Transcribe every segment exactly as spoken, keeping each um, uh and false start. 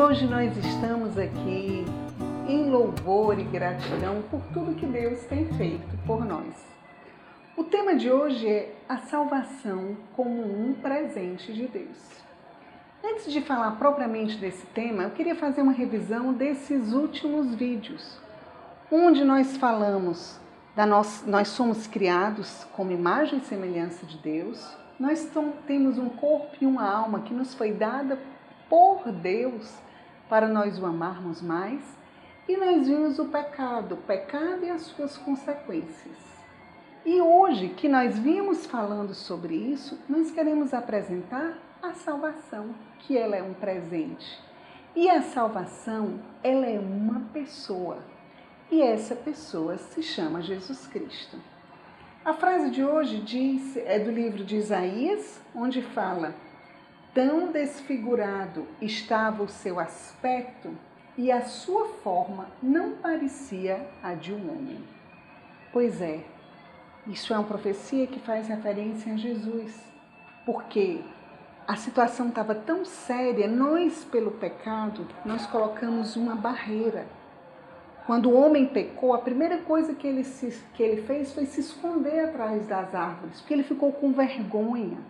hoje nós estamos aqui em louvor e gratidão por tudo que Deus tem feito por nós. O tema de hoje é a salvação como um presente de Deus. Antes de falar propriamente desse tema, eu queria fazer uma revisão desses últimos vídeos, onde nós falamos da nós, nós somos criados como imagem e semelhança de Deus, nós temos um corpo e uma alma que nos foi dada por Deus para nós o amarmos mais, e nós vimos o pecado, o pecado e as suas consequências. E hoje que nós vimos falando sobre isso, nós queremos apresentar a salvação, que ela é um presente. E a salvação, ela é uma pessoa, e essa pessoa se chama Jesus Cristo. A frase de hoje diz, é do livro de Isaías, onde fala: tão desfigurado estava o seu aspecto e a sua forma não parecia a de um homem. Pois é, isso é uma profecia que faz referência a Jesus, porque a situação estava tão séria, nós, pelo pecado, nós colocamos uma barreira. Quando o homem pecou, a primeira coisa que ele, se, que ele fez foi se esconder atrás das árvores, porque ele ficou com vergonha.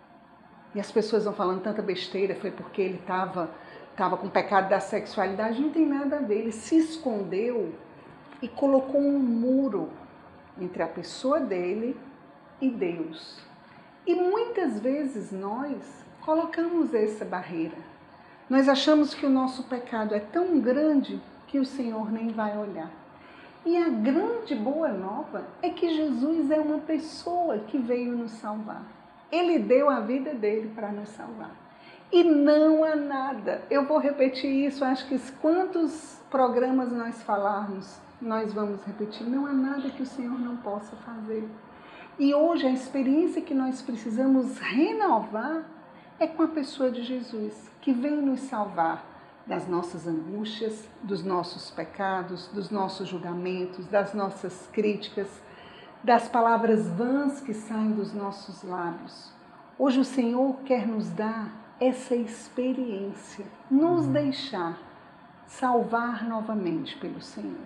E as pessoas vão falando tanta besteira, foi porque ele estava tava com o pecado da sexualidade. Não tem nada a ver, ele se escondeu e colocou um muro entre a pessoa dele e Deus. E muitas vezes nós colocamos essa barreira. Nós achamos que o nosso pecado é tão grande que o Senhor nem vai olhar. E a grande boa nova é que Jesus é uma pessoa que veio nos salvar. Ele deu a vida dele para nos salvar. E não há nada, eu vou repetir isso, acho que quantos programas nós falarmos, nós vamos repetir, não há nada que o Senhor não possa fazer. E hoje a experiência que nós precisamos renovar é com a pessoa de Jesus, que vem nos salvar das nossas angústias, dos nossos pecados, dos nossos julgamentos, das nossas críticas, das palavras vãs que saem dos nossos lábios. Hoje o Senhor quer nos dar essa experiência, nos deixar salvar novamente pelo Senhor.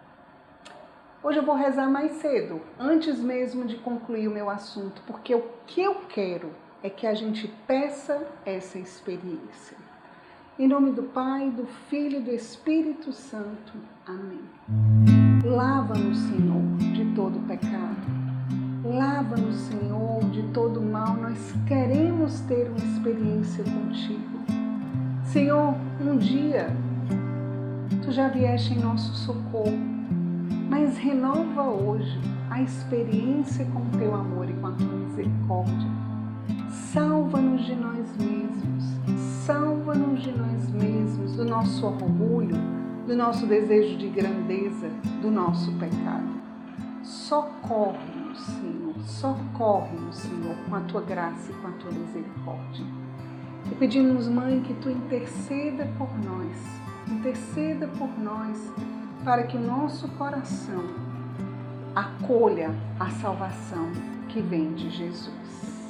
Hoje eu vou rezar mais cedo, antes mesmo de concluir o meu assunto, porque o que eu quero é que a gente peça essa experiência. Em nome do Pai, do Filho e do Espírito Santo. Amém. Lava-nos, Senhor, de todo pecado. Lava-nos, Senhor, de todo mal. Nós queremos ter uma experiência contigo. Senhor, um dia Tu já vieste em nosso socorro, mas renova hoje a experiência com o Teu amor e com a Tua misericórdia. Salva-nos de nós mesmos. Salva-nos de nós mesmos, do nosso orgulho, do nosso desejo de grandeza, do nosso pecado. Socorre-nos, Senhor, socorre-nos, Senhor, com a Tua graça e com a Tua misericórdia. E pedimos, Mãe, que Tu interceda por nós, interceda por nós, para que o nosso coração acolha a salvação que vem de Jesus.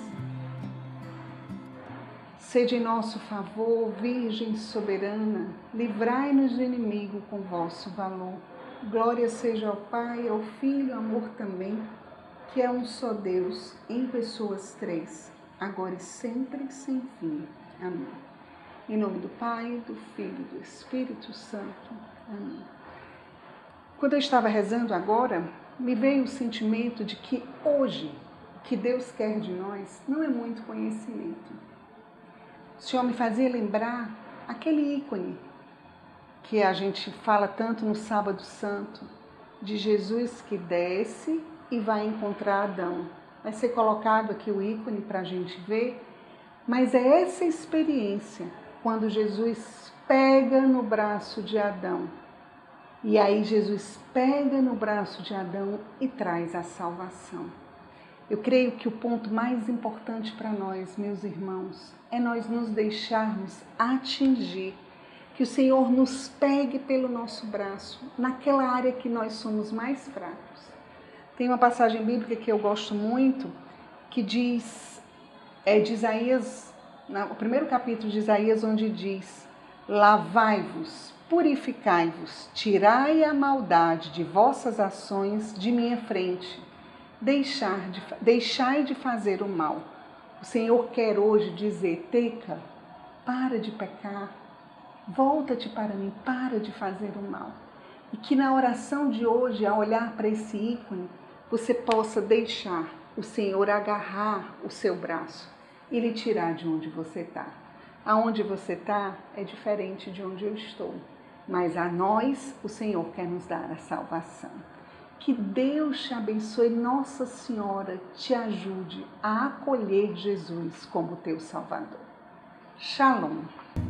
Sede em nosso favor, Virgem soberana, livrai-nos do inimigo com vosso valor. Glória seja ao Pai, ao Filho e ao amor também, que é um só Deus, em pessoas três, agora e sempre, sem fim. Amém. Em nome do Pai, do Filho e do Espírito Santo. Amém. Quando eu estava rezando agora, me veio o sentimento de que hoje, o que Deus quer de nós não é muito conhecimento. O Senhor me fazia lembrar aquele ícone que a gente fala tanto no Sábado Santo, de Jesus que desce e vai encontrar Adão. Vai ser colocado aqui o ícone para a gente ver, mas é essa experiência, quando Jesus pega no braço de Adão. E aí Jesus pega no braço de Adão e traz a salvação. Eu creio que o ponto mais importante para nós, meus irmãos, é nós nos deixarmos atingir, que o Senhor nos pegue pelo nosso braço, naquela área que nós somos mais fracos. Tem uma passagem bíblica que eu gosto muito, que diz, é de Isaías, no primeiro capítulo de Isaías, onde diz: Lavai-vos, purificai-vos, tirai a maldade de vossas ações de minha frente. Deixar de, deixai de fazer o mal. O Senhor quer hoje dizer: Teca, para de pecar, volta-te para mim, para de fazer o mal. E que na oração de hoje, ao olhar para esse ícone, você possa deixar o Senhor agarrar o seu braço e lhe tirar de onde você está. Aonde você está é diferente de onde eu estou, mas a nós o Senhor quer nos dar a salvação. Que Deus te abençoe, Nossa Senhora te ajude a acolher Jesus como teu Salvador. Shalom.